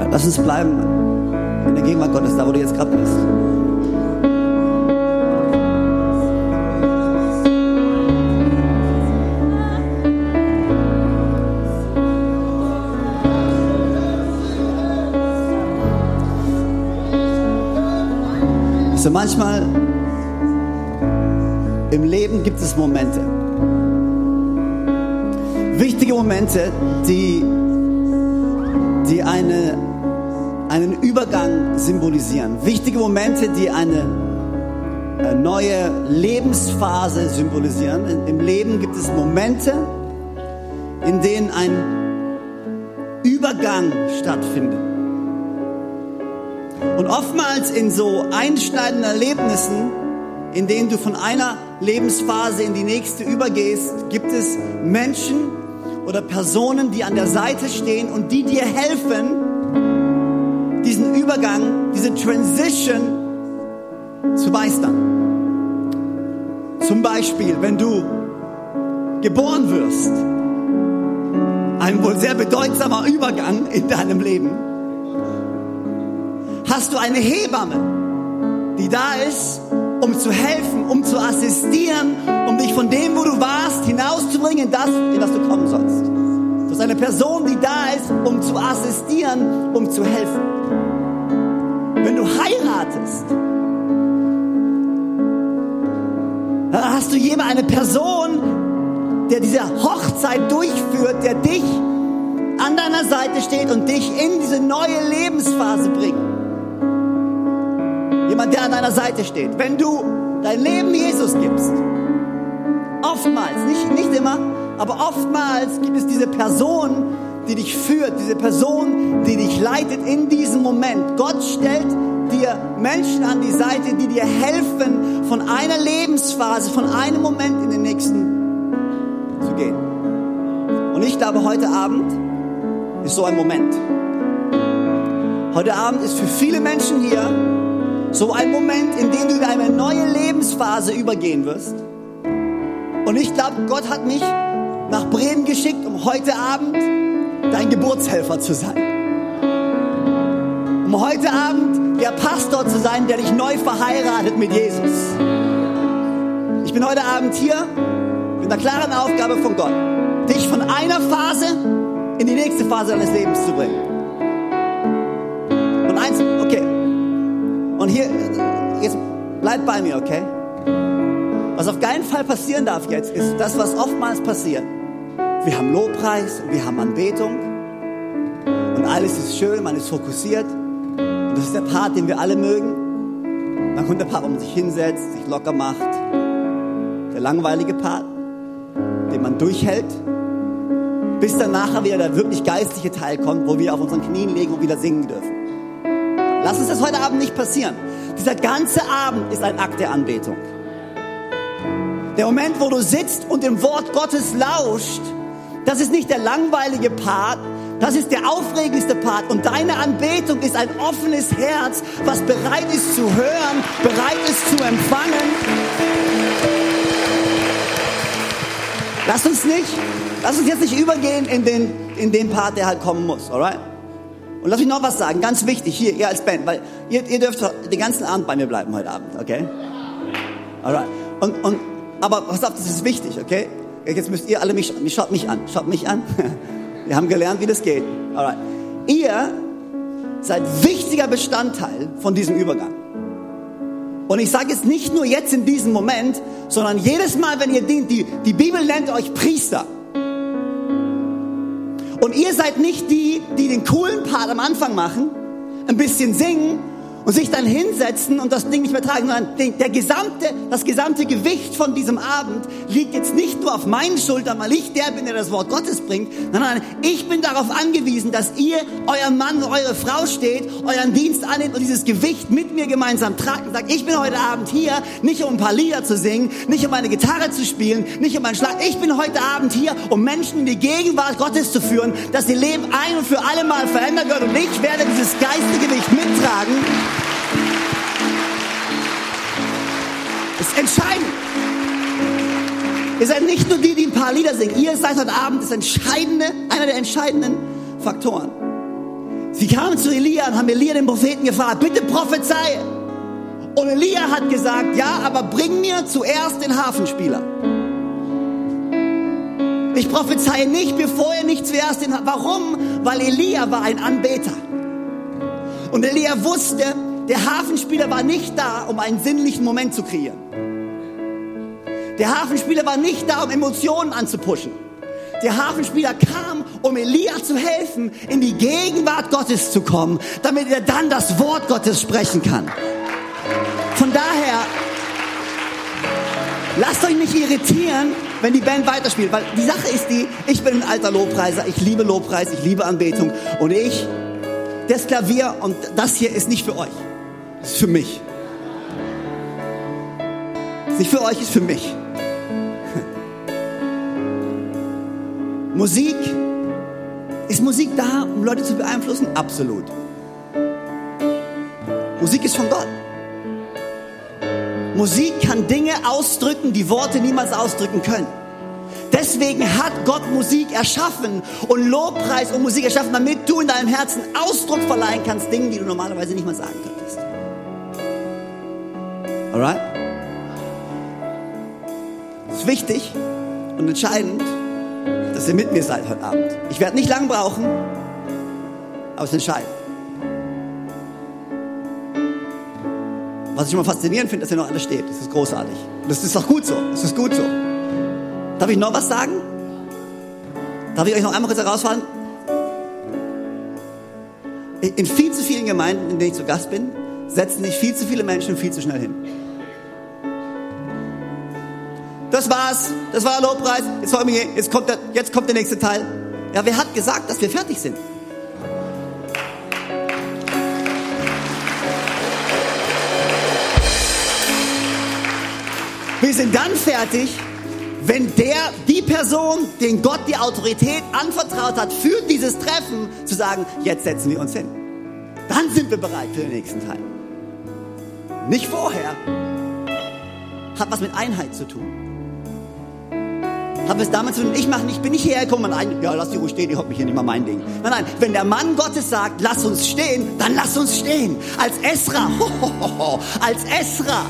Lass uns bleiben in der Gegenwart Gottes, da wo du jetzt gerade bist. Also manchmal im Leben gibt es Momente, wichtige Momente, die einen Übergang symbolisieren. Wichtige Momente, die eine neue Lebensphase symbolisieren. Im Leben gibt es Momente, in denen ein Übergang stattfindet. Und oftmals in so einschneidenden Erlebnissen, in denen du von einer Lebensphase in die nächste übergehst, gibt es Menschen oder Personen, die an der Seite stehen und die dir helfen, diesen Übergang, diese Transition zu meistern. Zum Beispiel, wenn du geboren wirst, ein wohl sehr bedeutsamer Übergang in deinem Leben, hast du eine Hebamme, die da ist, um zu helfen, um zu assistieren, um dich von dem, wo du warst, hinauszubringen in das du kommen sollst. Du hast eine Person, die da ist, um zu assistieren, um zu helfen. Wenn du heiratest, dann hast du eine Person, der diese Hochzeit durchführt, der dich an deiner Seite steht und dich in diese neue Lebensphase bringt. Jemand, der an deiner Seite steht. Wenn du dein Leben Jesus gibst, oftmals, nicht immer, aber oftmals gibt es diese Person, die dich führt, diese Person, die dich leitet in diesem Moment. Gott stellt dir Menschen an die Seite, die dir helfen, von einer Lebensphase, von einem Moment in den nächsten zu gehen. Und ich glaube, heute Abend ist so ein Moment. Heute Abend ist für viele Menschen hier so ein Moment, in dem du in eine neue Lebensphase übergehen wirst. Und ich glaube, Gott hat mich nach Bremen geschickt, um heute Abend dein Geburtshelfer zu sein. Um heute Abend der Pastor zu sein, der dich neu verheiratet mit Jesus. Ich bin heute Abend hier mit einer klaren Aufgabe von Gott, dich von einer Phase in die nächste Phase deines Lebens zu bringen. Und eins, okay. Und hier, jetzt bleib bei mir, okay? Was auf keinen Fall passieren darf jetzt, ist das, was oftmals passiert. Wir haben Lobpreis, wir haben Anbetung und alles ist schön, man ist fokussiert. Und das ist der Part, den wir alle mögen. Dann kommt der Part, wo man sich hinsetzt, sich locker macht. Der langweilige Part, den man durchhält. Bis dann nachher wieder der wirklich geistliche Teil kommt, wo wir auf unseren Knien liegen und wieder singen dürfen. Lass uns das heute Abend nicht passieren. Dieser ganze Abend ist ein Akt der Anbetung. Der Moment, wo du sitzt und dem Wort Gottes lauscht, das ist nicht der langweilige Part, das ist der aufregendste Part. Und deine Anbetung ist ein offenes Herz, was bereit ist zu hören, bereit ist zu empfangen. Lass uns jetzt nicht übergehen in den Part, der halt kommen muss, alright? Und lass mich noch was sagen, ganz wichtig, hier, ihr als Band, weil ihr dürft den ganzen Abend bei mir bleiben heute Abend, okay? Alright. Aber pass auf, das ist wichtig, okay? Jetzt müsst ihr alle schaut mich an. Wir haben gelernt, wie das geht. Alright. Ihr seid wichtiger Bestandteil von diesem Übergang. Und ich sage jetzt nicht nur jetzt in diesem Moment, sondern jedes Mal, wenn ihr dient, die Bibel nennt euch Priester. Und ihr seid nicht die den coolen Part am Anfang machen, ein bisschen singen und sich dann hinsetzen und das Ding nicht mehr tragen, sondern das gesamte Gewicht von diesem Abend liegt jetzt nicht nur auf meinen Schultern, weil ich der bin, der das Wort Gottes bringt, sondern ich bin darauf angewiesen, dass ihr, euer Mann, eure Frau steht, euren Dienst annehmt und dieses Gewicht mit mir gemeinsam tragt und sagt, ich bin heute Abend hier, nicht um ein paar Lieder zu singen, nicht um meine Gitarre zu spielen, nicht um einen Schlag. Ich bin heute Abend hier, um Menschen in die Gegenwart Gottes zu führen, dass ihr Leben ein und für alle Mal verändert wird und ich werde dieses Geistgewicht mittragen. Ist entscheidend. Ihr seid nicht nur die ein paar Lieder singen. Ihr seid heute Abend einer der entscheidenden Faktoren. Sie kamen zu Elia und haben Elia, den Propheten, gefragt, bitte prophezeie. Und Elia hat gesagt, ja, aber bring mir zuerst den Harfenspieler. Ich prophezeie nicht, bevor ihr nicht zuerst den... Warum? Weil Elia war ein Anbeter. Und Elia wusste, der Harfenspieler war nicht da, um einen sinnlichen Moment zu kreieren. Der Harfenspieler war nicht da, um Emotionen anzupushen. Der Harfenspieler kam, um Elia zu helfen, in die Gegenwart Gottes zu kommen, damit er dann das Wort Gottes sprechen kann. Von daher, lasst euch nicht irritieren, wenn die Band weiterspielt. Weil die Sache ist die, ich bin ein alter Lobpreiser, ich liebe Lobpreis, ich liebe Anbetung. Und das Klavier und das hier ist nicht für euch, das ist für mich. Das ist nicht für euch, ist für mich. Ist Musik da, um Leute zu beeinflussen? Absolut. Musik ist von Gott. Musik kann Dinge ausdrücken, die Worte niemals ausdrücken können. Deswegen hat Gott Musik erschaffen und Lobpreis und Musik erschaffen, damit du in deinem Herzen Ausdruck verleihen kannst, Dingen, die du normalerweise nicht mal sagen könntest. Alright? Es ist wichtig und entscheidend, dass ihr mit mir seid heute Abend. Ich werde nicht lang brauchen, aber es ist entscheidend. Was ich immer faszinierend finde, dass ihr noch alle steht. Das ist großartig. Und das ist auch gut so. Das ist gut so. Darf ich noch was sagen? Darf ich euch noch einmal kurz herausfordern? In viel zu vielen Gemeinden, in denen ich zu Gast bin, setzen sich viel zu viele Menschen viel zu schnell hin. Das war's. Das war der Lobpreis. Jetzt kommt der nächste Teil. Ja, wer hat gesagt, dass wir fertig sind? Wir sind dann fertig, wenn die Person, den Gott die Autorität anvertraut hat, für dieses Treffen, zu sagen, jetzt setzen wir uns hin. Dann sind wir bereit für den nächsten Teil. Nicht vorher. Hat was mit Einheit zu tun. Hat was damit zu tun, ich bin nicht hierher gekommen und ja, lass die ruhig stehen, ich hoffe mich hier nicht mal mein Ding. Nein, wenn der Mann Gottes sagt, lass uns stehen, dann lass uns stehen. Als Esra, als Esra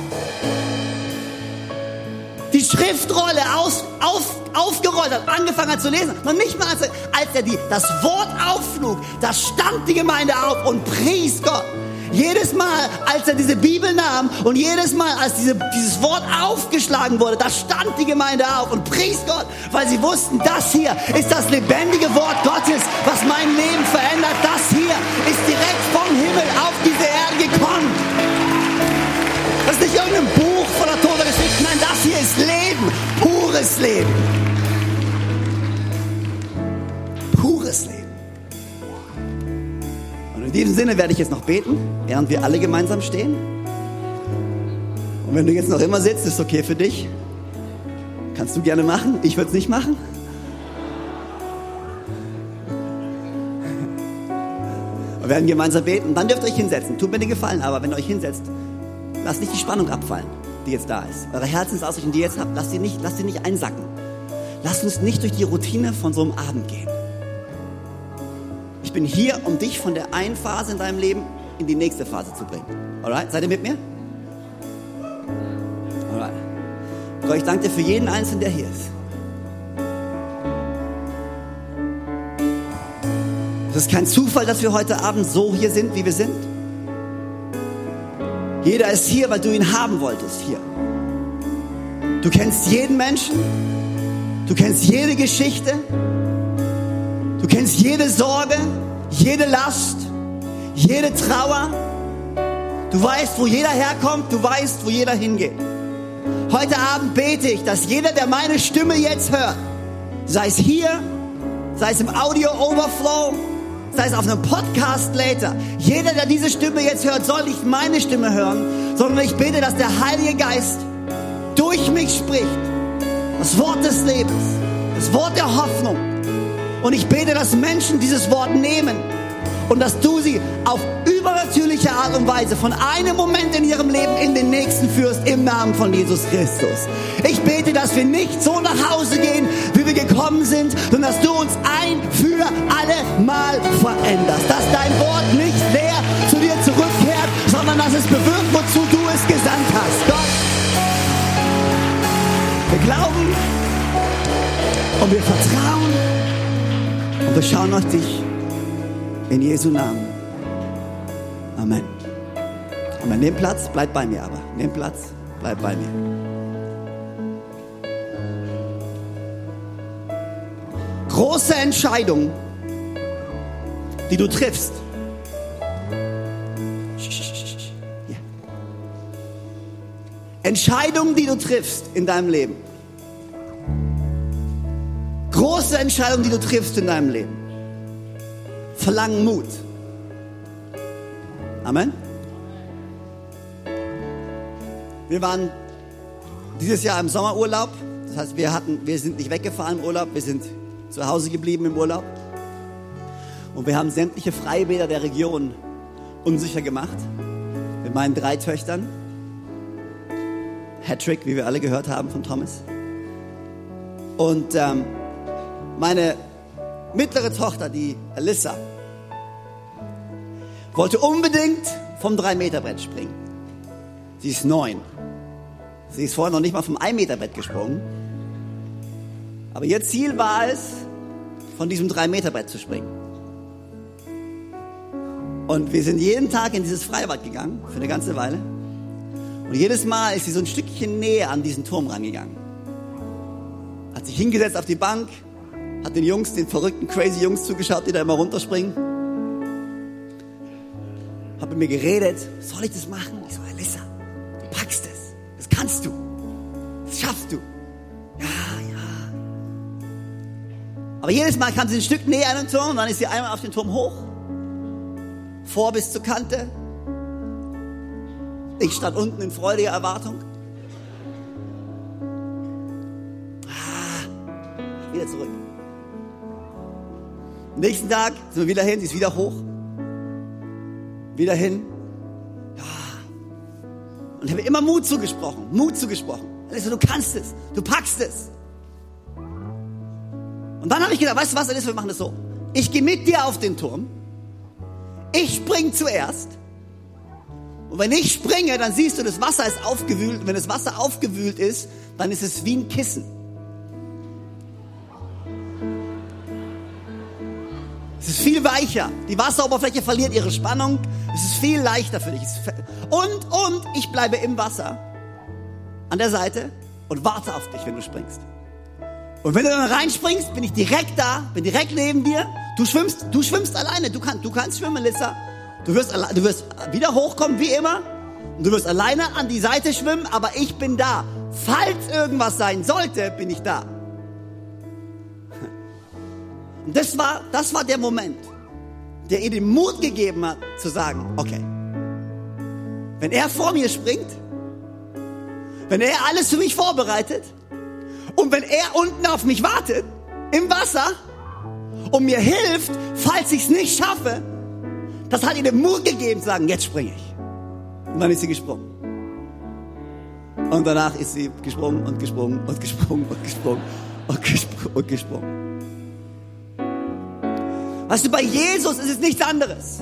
die Schriftrolle aufgerollt hat, angefangen hat zu lesen. Noch nicht mal, als er das Wort aufschlug, da stand die Gemeinde auf und pries Gott. Jedes Mal, als er diese Bibel nahm und jedes Mal, als dieses Wort aufgeschlagen wurde, da stand die Gemeinde auf und pries Gott, weil sie wussten, das hier ist das lebendige Wort Gottes, was mein Leben verändert. Das hier ist direkt vom Himmel auf diese Erde gekommen. Das ist nicht irgendein Buch voller toter Geschichten. Nein, das hier ist Leben. Pures Leben. Pures Leben. Und in diesem Sinne werde ich jetzt noch beten, während wir alle gemeinsam stehen. Und wenn du jetzt noch immer sitzt, ist okay für dich. Kannst du gerne machen. Ich würde es nicht machen. Wir werden gemeinsam beten. Dann dürft ihr euch hinsetzen. Tut mir den Gefallen, aber wenn ihr euch hinsetzt, lasst nicht die Spannung abfallen, die jetzt da ist. Eure Herzensausrichtung, die ihr jetzt habt, lasst sie nicht einsacken. Lasst uns nicht durch die Routine von so einem Abend gehen. Ich bin hier, um dich von der einen Phase in deinem Leben in die nächste Phase zu bringen. Alright? Seid ihr mit mir? Alright. Gott, ich danke dir für jeden Einzelnen, der hier ist. Es ist kein Zufall, dass wir heute Abend so hier sind, wie wir sind. Jeder ist hier, weil du ihn haben wolltest, hier. Du kennst jeden Menschen. Du kennst jede Geschichte. Du kennst jede Sorge, jede Last, jede Trauer. Du weißt, wo jeder herkommt. Du weißt, wo jeder hingeht. Heute Abend bete ich, dass jeder, der meine Stimme jetzt hört, sei es hier, sei es im Audio Overflow, sei es auf einem Podcast later, jeder, der diese Stimme jetzt hört, soll nicht meine Stimme hören, sondern ich bete, dass der Heilige Geist durch mich spricht. Das Wort des Lebens, das Wort der Hoffnung. Und ich bete, dass Menschen dieses Wort nehmen und dass du sie auf übernatürliche Art und Weise von einem Moment in ihrem Leben in den nächsten führst, im Namen von Jesus Christus. Ich bete, dass wir nicht so nach Hause gehen, wie wir gekommen sind, sondern dass du uns ein für alle Mal veränderst. Dass dein Wort nicht leer zu dir zurückkehrt, sondern dass es bewirkt, wozu du es gesandt hast. Gott, wir glauben und wir vertrauen und wir schauen auf dich in Jesu Namen. Amen. Amen. Nimm Platz, bleib bei mir aber. Nimm Platz, bleib bei mir. Große Entscheidungen, die du triffst. Hier. Entscheidungen, die du triffst in deinem Leben. Große Entscheidungen, die du triffst in deinem Leben, verlangen Mut. Amen. Wir waren dieses Jahr im Sommerurlaub. Das heißt, wir sind nicht weggefahren im Urlaub, wir sind zu Hause geblieben im Urlaub. Und wir haben sämtliche Freibäder der Region unsicher gemacht. Mit meinen 3 Töchtern. Hattrick, wie wir alle gehört haben von Thomas. Und meine mittlere Tochter, die Alyssa, wollte unbedingt vom 3-Meter-Brett springen. Sie ist 9. Sie ist vorher noch nicht mal vom 1-Meter-Brett gesprungen. Aber ihr Ziel war es, von diesem 3-Meter-Brett zu springen. Und wir sind jeden Tag in dieses Freibad gegangen, für eine ganze Weile. Und jedes Mal ist sie so ein Stückchen näher an diesen Turm rangegangen. Hat sich hingesetzt auf die Bank, hat den Jungs, den verrückten, crazy Jungs zugeschaut, die da immer runterspringen. Hat mit mir geredet. Soll ich das machen? Ich so, Alyssa, du packst es. Das kannst du. Das schaffst du. Ja. Aber jedes Mal kam sie ein Stück näher an den Turm und dann ist sie einmal auf den Turm hoch. Vor bis zur Kante. Ich stand unten in freudiger Erwartung. Wieder zurück. Am nächsten Tag sind wir wieder hin, sie ist wieder hoch. Wieder hin. Ja. Und ich habe immer Mut zugesprochen. Alyssa, du kannst es. Du packst es. Und dann habe ich gedacht, weißt du was, Alyssa, wir machen das so. Ich gehe mit dir auf den Turm. Ich springe zuerst. Und wenn ich springe, dann siehst du, das Wasser ist aufgewühlt. Und wenn das Wasser aufgewühlt ist, dann ist es wie ein Kissen. Es ist viel weicher. Die Wasseroberfläche verliert ihre Spannung. Es ist viel leichter für dich. Und ich bleibe im Wasser an der Seite und warte auf dich, wenn du springst. Und wenn du dann reinspringst, bin ich direkt da, bin direkt neben dir. Du schwimmst alleine. Du kannst schwimmen, Alyssa. Du wirst wieder hochkommen, wie immer. Und du wirst alleine an die Seite schwimmen, aber ich bin da. Falls irgendwas sein sollte, bin ich da. Und das war der Moment, der ihr den Mut gegeben hat, zu sagen, okay, wenn er vor mir springt, wenn er alles für mich vorbereitet und wenn er unten auf mich wartet, im Wasser, und mir hilft, falls ich es nicht schaffe, das hat ihr den Mut gegeben, zu sagen, jetzt springe ich. Und dann ist sie gesprungen. Und danach ist sie gesprungen und gesprungen und gesprungen und gesprungen und gesprungen und gesprungen. Weißt du, bei Jesus ist es nichts anderes.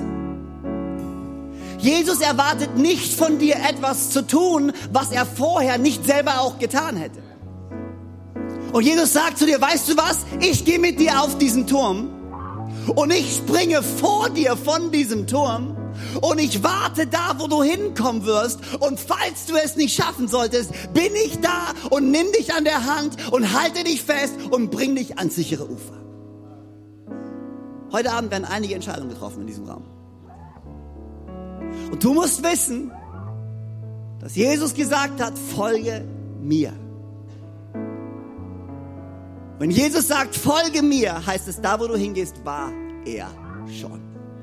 Jesus erwartet nicht von dir etwas zu tun, was er vorher nicht selber auch getan hätte. Und Jesus sagt zu dir, weißt du was? Ich gehe mit dir auf diesen Turm und ich springe vor dir von diesem Turm und ich warte da, wo du hinkommen wirst. Und falls du es nicht schaffen solltest, bin ich da und nimm dich an der Hand und halte dich fest und bring dich ans sichere Ufer. Heute Abend werden einige Entscheidungen getroffen in diesem Raum. Und du musst wissen, dass Jesus gesagt hat, folge mir. Wenn Jesus sagt, folge mir, heißt es, da wo du hingehst, war er schon.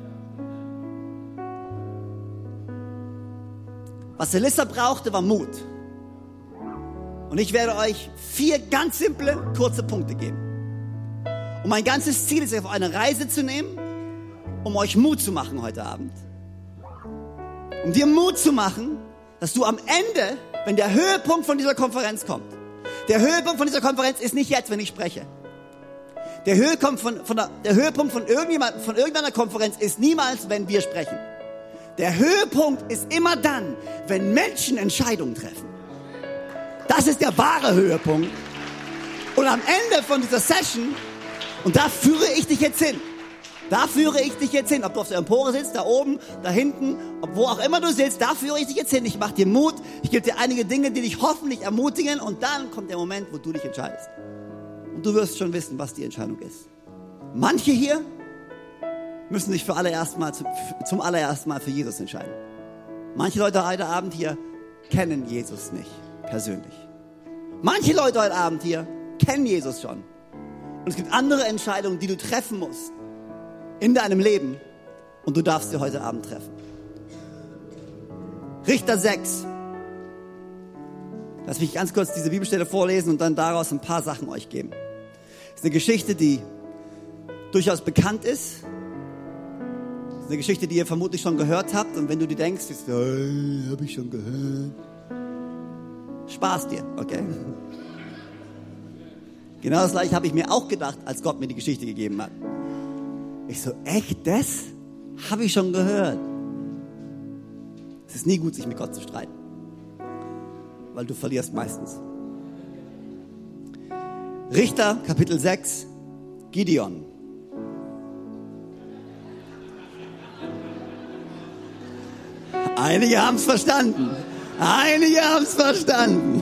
Was Alyssa brauchte, war Mut. Und ich werde euch 4 ganz simple, kurze Punkte geben. Und mein ganzes Ziel ist, euch auf eine Reise zu nehmen, um euch Mut zu machen heute Abend. Um dir Mut zu machen, dass du am Ende, wenn der Höhepunkt von dieser Konferenz kommt, der Höhepunkt von dieser Konferenz ist nicht jetzt, wenn ich spreche. Der Höhepunkt von irgendeiner Konferenz ist niemals, wenn wir sprechen. Der Höhepunkt ist immer dann, wenn Menschen Entscheidungen treffen. Das ist der wahre Höhepunkt. Und am Ende von dieser Session, und da führe ich dich jetzt hin. Da führe ich dich jetzt hin. Ob du auf der Empore sitzt, da oben, da hinten, wo auch immer du sitzt, da führe ich dich jetzt hin. Ich mache dir Mut. Ich gebe dir einige Dinge, die dich hoffentlich ermutigen. Und dann kommt der Moment, wo du dich entscheidest. Und du wirst schon wissen, was die Entscheidung ist. Manche hier müssen sich zum allerersten Mal für Jesus entscheiden. Manche Leute heute Abend hier kennen Jesus nicht persönlich. Manche Leute heute Abend hier kennen Jesus schon. Und es gibt andere Entscheidungen, die du treffen musst in deinem Leben. Und du darfst sie heute Abend treffen. Richter 6. Lass mich ganz kurz diese Bibelstelle vorlesen und dann daraus ein paar Sachen euch geben. Das ist eine Geschichte, die durchaus bekannt ist. Das ist eine Geschichte, die ihr vermutlich schon gehört habt. Und wenn du dir denkst, habe ich schon gehört. Spaß dir, okay? Genau das gleiche habe ich mir auch gedacht, als Gott mir die Geschichte gegeben hat. Ich so, echt, das habe ich schon gehört. Es ist nie gut, sich mit Gott zu streiten. Weil du verlierst meistens. Richter, Kapitel 6, Gideon. Einige haben es verstanden. Einige haben es verstanden.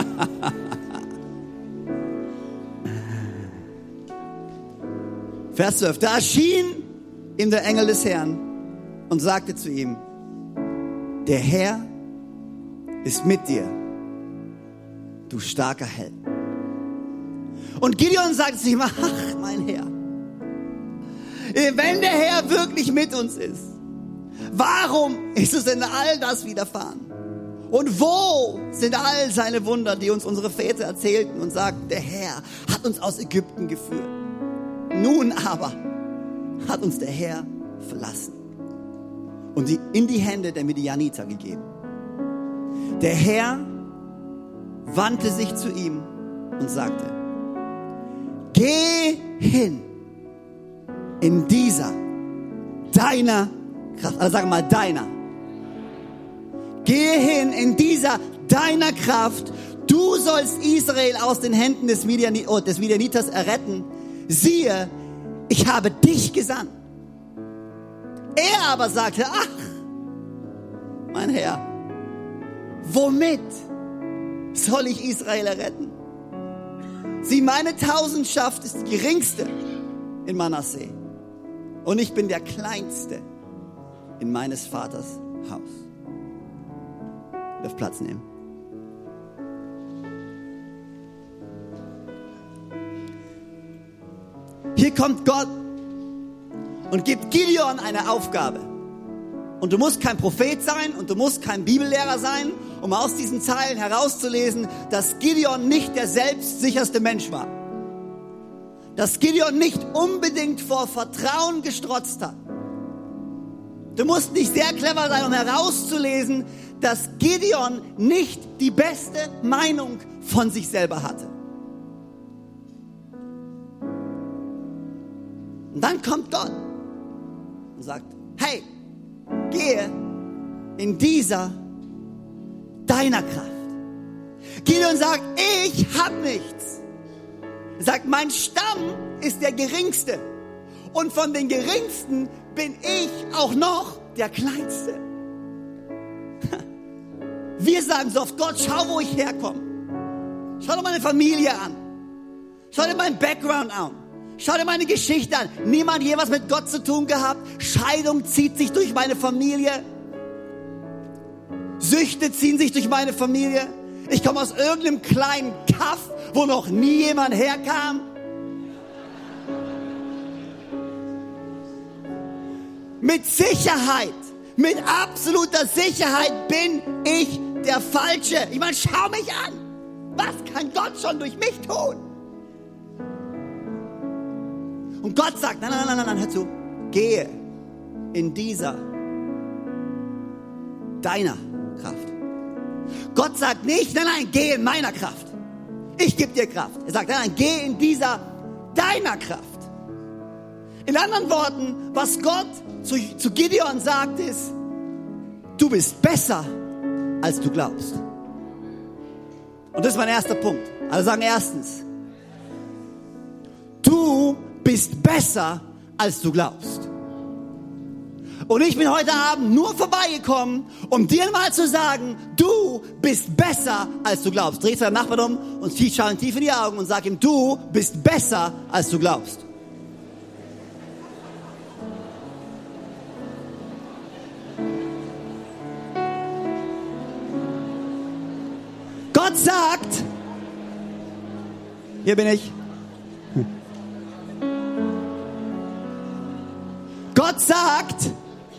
Vers 12. Da erschien ihm der Engel des Herrn und sagte zu ihm, der Herr ist mit dir, du starker Held. Und Gideon sagte zu ihm, ach, mein Herr, wenn der Herr wirklich mit uns ist, warum ist uns denn all das widerfahren? Und wo sind all seine Wunder, die uns unsere Väter erzählten und sagten, der Herr hat uns aus Ägypten geführt. Nun aber hat uns der Herr verlassen und in die Hände der Midianiter gegeben. Der Herr wandte sich zu ihm und sagte, geh hin in dieser deiner Kraft. Also sag mal deiner. Gehe hin in dieser deiner Kraft. Du sollst Israel aus den Händen des Midianiters erretten. Siehe, ich habe dich gesandt. Er aber sagte, ach, mein Herr, womit soll ich Israel erretten? Sieh, meine Tausendschaft ist die geringste in Manasseh. Und ich bin der Kleinste in meines Vaters Haus. Darf Platz nehmen. Hier kommt Gott und gibt Gideon eine Aufgabe. Und du musst kein Prophet sein und du musst kein Bibellehrer sein, um aus diesen Zeilen herauszulesen, dass Gideon nicht der selbstsicherste Mensch war. Dass Gideon nicht unbedingt vor Vertrauen gestrotzt hat. Du musst nicht sehr clever sein, um herauszulesen, dass Gideon nicht die beste Meinung von sich selber hatte. Und dann kommt Gott und sagt, hey, gehe in dieser deiner Kraft. Gideon sagt, ich habe nichts. Er sagt, mein Stamm ist der geringste. Und von den geringsten bin ich auch noch der Kleinste. Wir sagen so oft, Gott, schau, wo ich herkomme. Schau dir meine Familie an. Schau dir meinen Background an. Schau dir meine Geschichte an. Niemand je was mit Gott zu tun gehabt. Scheidung zieht sich durch meine Familie. Süchte ziehen sich durch meine Familie. Ich komme aus irgendeinem kleinen Kaff, wo noch nie jemand herkam. Mit Sicherheit, mit absoluter Sicherheit bin ich der Falsche. Ich meine, schau mich an. Was kann Gott schon durch mich tun? Und Gott sagt, nein, hör zu, gehe in dieser deiner Kraft. Gott sagt nicht, nein, geh in meiner Kraft. Ich gebe dir Kraft. Er sagt, nein, geh in dieser deiner Kraft. In anderen Worten, was Gott zu Gideon sagt, ist, du bist besser, als du glaubst. Und das ist mein erster Punkt. Also sagen erstens, du bist besser, als du glaubst. Und ich bin heute Abend nur vorbeigekommen, um dir mal zu sagen, du bist besser, als du glaubst. Dreh zu deinem Nachbarn um und schau ihn tief in die Augen und sag ihm, du bist besser, als du glaubst. Gott sagt, hier bin ich. Gott sagt,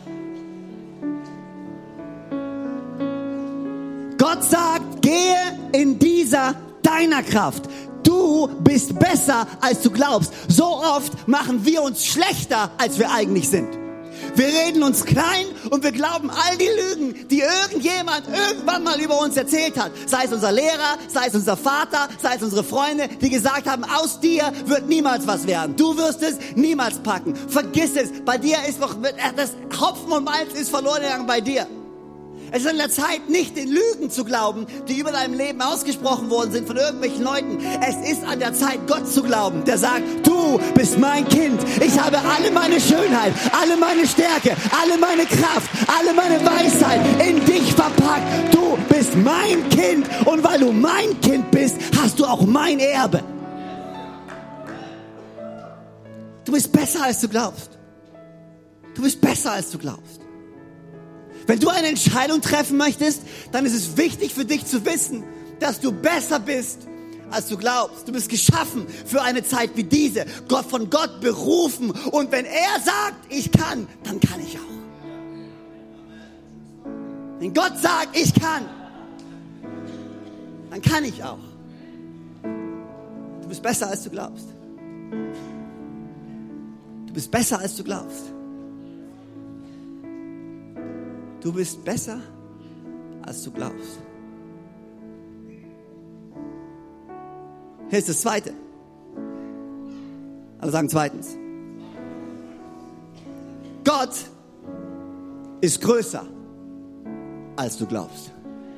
gehe in dieser deiner Kraft. Du bist besser, als du glaubst. So oft machen wir uns schlechter, als wir eigentlich sind. Wir reden uns klein und wir glauben all die Lügen, die irgendjemand irgendwann mal über uns erzählt hat. Sei es unser Lehrer, sei es unser Vater, sei es unsere Freunde, die gesagt haben, aus dir wird niemals was werden. Du wirst es niemals packen. Vergiss es. Bei dir ist noch, das Hopfen und Malz ist verloren gegangen bei dir. Es ist an der Zeit, nicht den Lügen zu glauben, die über deinem Leben ausgesprochen worden sind von irgendwelchen Leuten. Es ist an der Zeit, Gott zu glauben, der sagt, du bist mein Kind. Ich habe alle meine Schönheit, alle meine Stärke, alle meine Kraft, alle meine Weisheit in dich verpackt. Du bist mein Kind und weil du mein Kind bist, hast du auch mein Erbe. Du bist besser, als du glaubst. Du bist besser, als du glaubst. Wenn du eine Entscheidung treffen möchtest, dann ist es wichtig für dich zu wissen, dass du besser bist, als du glaubst. Du bist geschaffen für eine Zeit wie diese. Von Gott berufen. Und wenn er sagt, ich kann, dann kann ich auch. Wenn Gott sagt, ich kann, dann kann ich auch. Du bist besser, als du glaubst. Du bist besser, als du glaubst. Du bist besser, als du glaubst. Hier ist das Zweite. Alle sagen zweitens. Gott ist größer, als du glaubst.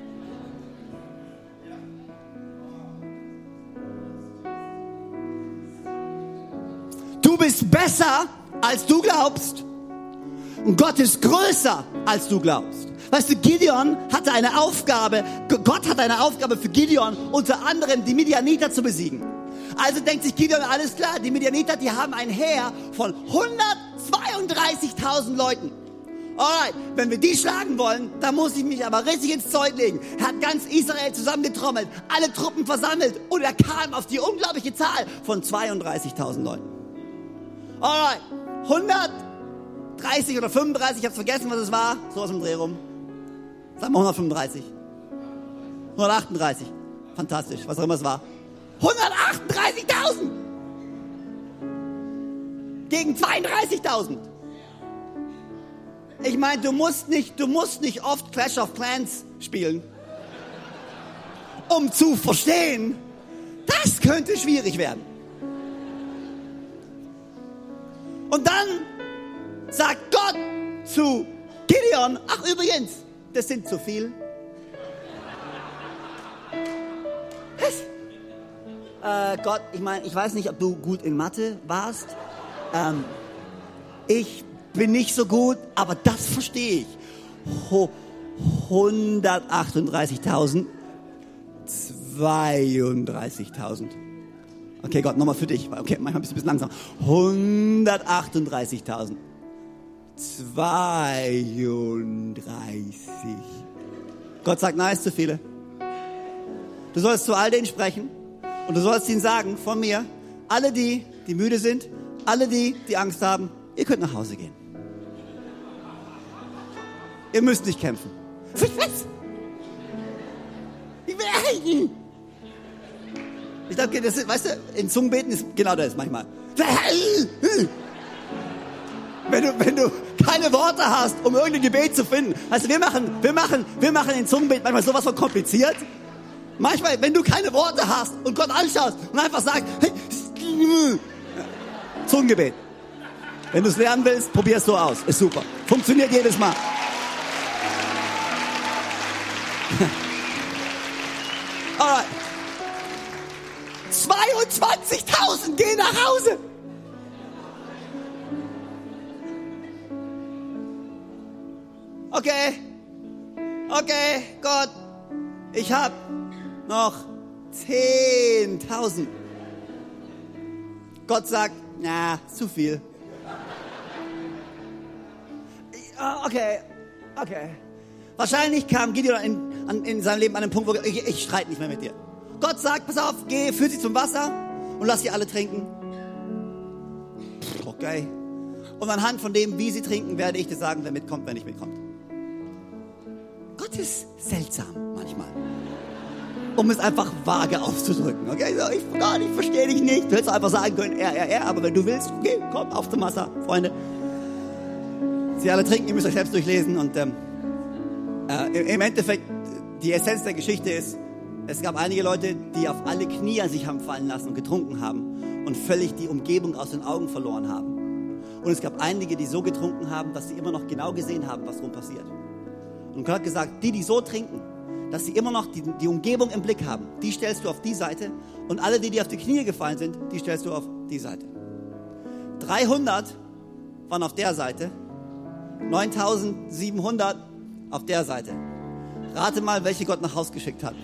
Du bist besser, als du glaubst. Und Gott ist größer, als du glaubst. Weißt du, Gideon hatte eine Aufgabe, Gott hatte eine Aufgabe für Gideon, unter anderem die Midianiter zu besiegen. Also denkt sich Gideon, alles klar, die Midianiter, die haben ein Heer von 132.000 Leuten. Alright, wenn wir die schlagen wollen, dann muss ich mich aber richtig ins Zeug legen. Er hat ganz Israel zusammengetrommelt, alle Truppen versammelt und er kam auf die unglaubliche Zahl von 32.000 Leuten. Alright, 130 oder 35, ich habe vergessen, was es war, so aus dem Dreh rum. Sagen wir 135. 138. Fantastisch, was auch immer es war. 138.000 gegen 32.000. Ich meine, du musst nicht oft Clash of Clans spielen, um zu verstehen, das könnte schwierig werden. Und dann sagt Gott zu Gideon, ach übrigens, das sind zu viel. Gott, ich meine, ich weiß nicht, ob du gut in Mathe warst. Ich bin nicht so gut, aber das verstehe ich. 138.000, 32.000. Okay, Gott, nochmal für dich. Okay, manchmal bist du ein bisschen langsam. 138.000. 32. Gott sagt, nein, ist zu viele. Du sollst zu all denen sprechen und du sollst ihnen sagen, von mir, alle die müde sind, alle die Angst haben, ihr könnt nach Hause gehen. Ihr müsst nicht kämpfen. Was? Ich glaube, das ist, weißt du, in Zungenbeten ist genau das manchmal. wenn du keine Worte hast, um irgendein Gebet zu finden. Also wir machen den Zungengebet manchmal sowas von kompliziert. Manchmal, wenn du keine Worte hast und Gott anschaust und einfach sagst, hey, Zungengebet. Wenn du es lernen willst, probier es so aus. Ist super. Funktioniert jedes Mal. Alright. 22.000 gehen nach Hause. Okay, Gott, ich hab noch 10.000. Gott sagt, na, zu viel. Okay. Wahrscheinlich kam Gideon in seinem Leben an den Punkt, wo ich streite nicht mehr mit dir. Gott sagt, pass auf, geh, führ sie zum Wasser und lass sie alle trinken. Okay. Und anhand von dem, wie sie trinken, werde ich dir sagen, wer mitkommt, wer nicht mitkommt. Gott ist seltsam manchmal. Um es einfach vage auszudrücken. Okay, so, ich verstehe dich nicht. Du hättest einfach sagen können, er, aber wenn du willst, geh, komm, auf zum Wasser, Freunde. Sie alle trinken, ihr müsst euch selbst durchlesen. Und im Endeffekt, die Essenz der Geschichte ist, es gab einige Leute, die auf alle Knie sich haben fallen lassen und getrunken haben und völlig die Umgebung aus den Augen verloren haben. Und es gab einige, die so getrunken haben, dass sie immer noch genau gesehen haben, was drum passiert. Und Gott hat gesagt, die so trinken, dass sie immer noch die Umgebung im Blick haben, die stellst du auf die Seite. Und alle, die auf die Knie gefallen sind, die stellst du auf die Seite. 300 waren auf der Seite, 9.700 auf der Seite. Rate mal, welche Gott nach Haus geschickt hat.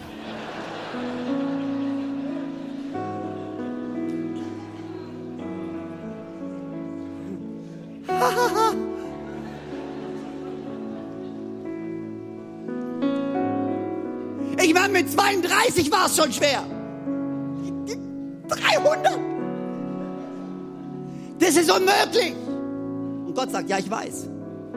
Ich meine, mit 32 war es schon schwer. 300. Das ist unmöglich. Und Gott sagt, ja, ich weiß.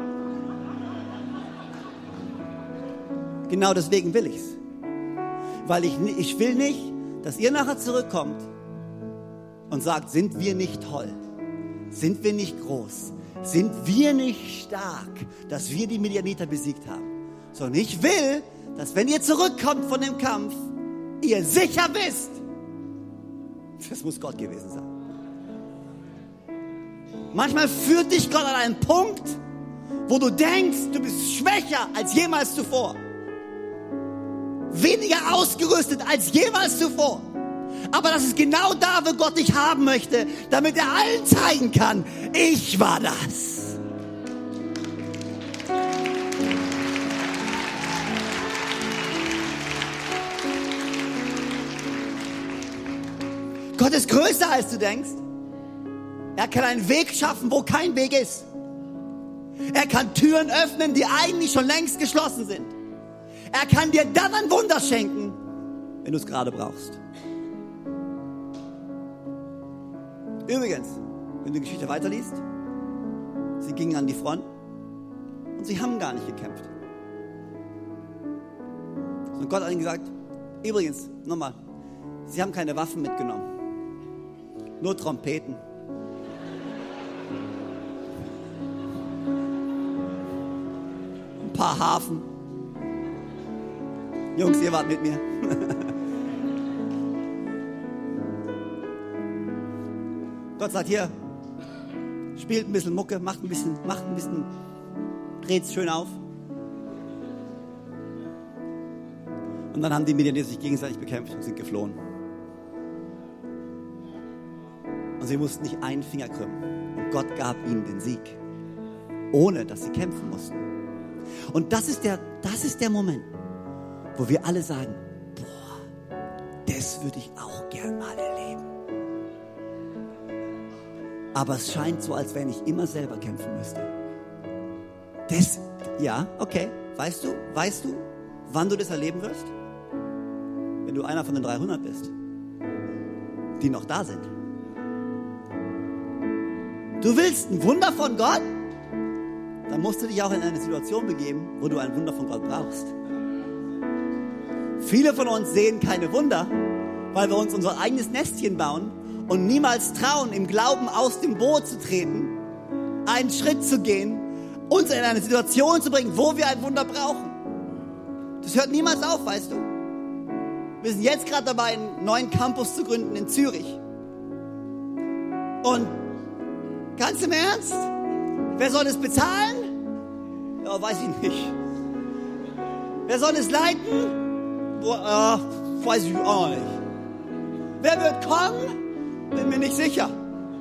Genau deswegen will ich's. Weil ich will nicht, dass ihr nachher zurückkommt und sagt, sind wir nicht toll? Sind wir nicht groß? Sind wir nicht stark, dass wir die Midianiter besiegt haben? Sondern ich will, dass wenn ihr zurückkommt von dem Kampf, ihr sicher wisst, das muss Gott gewesen sein. Manchmal führt dich Gott an einen Punkt, wo du denkst, du bist schwächer als jemals zuvor. Weniger ausgerüstet als jemals zuvor. Aber das ist genau da, wo Gott dich haben möchte, damit er allen zeigen kann, ich war das. Gott ist größer, als du denkst. Er kann einen Weg schaffen, wo kein Weg ist. Er kann Türen öffnen, die eigentlich schon längst geschlossen sind. Er kann dir dann ein Wunder schenken, wenn du es gerade brauchst. Übrigens, wenn du die Geschichte weiterliest, sie gingen an die Front und sie haben gar nicht gekämpft. Und Gott hat ihnen gesagt, übrigens, nochmal, sie haben keine Waffen mitgenommen. Nur Trompeten. Ein paar Harfen. Jungs, ihr wart mit mir. Gott sagt hier, spielt ein bisschen Mucke, macht ein bisschen, dreht's schön auf. Und dann haben die Midianiter sich gegenseitig bekämpft und sind geflohen. Und sie mussten nicht einen Finger krümmen. Und Gott gab ihnen den Sieg, ohne dass sie kämpfen mussten. Und das ist der Moment, wo wir alle sagen, boah, das würde ich auch gern mal erleben. Aber es scheint so, als wenn ich immer selber kämpfen müsste. Ja, okay. Weißt du, wann du das erleben wirst? Wenn du einer von den 300 bist, die noch da sind. Du willst ein Wunder von Gott? Dann musst du dich auch in eine Situation begeben, wo du ein Wunder von Gott brauchst. Viele von uns sehen keine Wunder, weil wir uns unser eigenes Nestchen bauen und niemals trauen, im Glauben aus dem Boot zu treten, einen Schritt zu gehen, uns in eine Situation zu bringen, wo wir ein Wunder brauchen. Das hört niemals auf, weißt du. Wir sind jetzt gerade dabei, einen neuen Campus zu gründen in Zürich. Und ganz im Ernst, wer soll das bezahlen? Ja, weiß ich nicht. Wer soll das leiten? Weiß ich auch nicht. Wer wird kommen? Bin mir nicht sicher.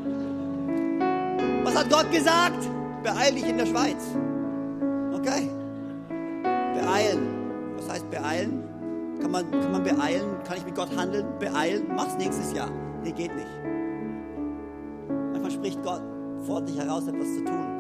Was hat Gott gesagt? Beeil dich in der Schweiz. Okay. Beeilen. Was heißt beeilen? Kann man beeilen? Kann ich mit Gott handeln? Beeilen? Mach's nächstes Jahr. Nee, geht nicht. Manchmal spricht Gott fordert dich heraus, etwas zu tun.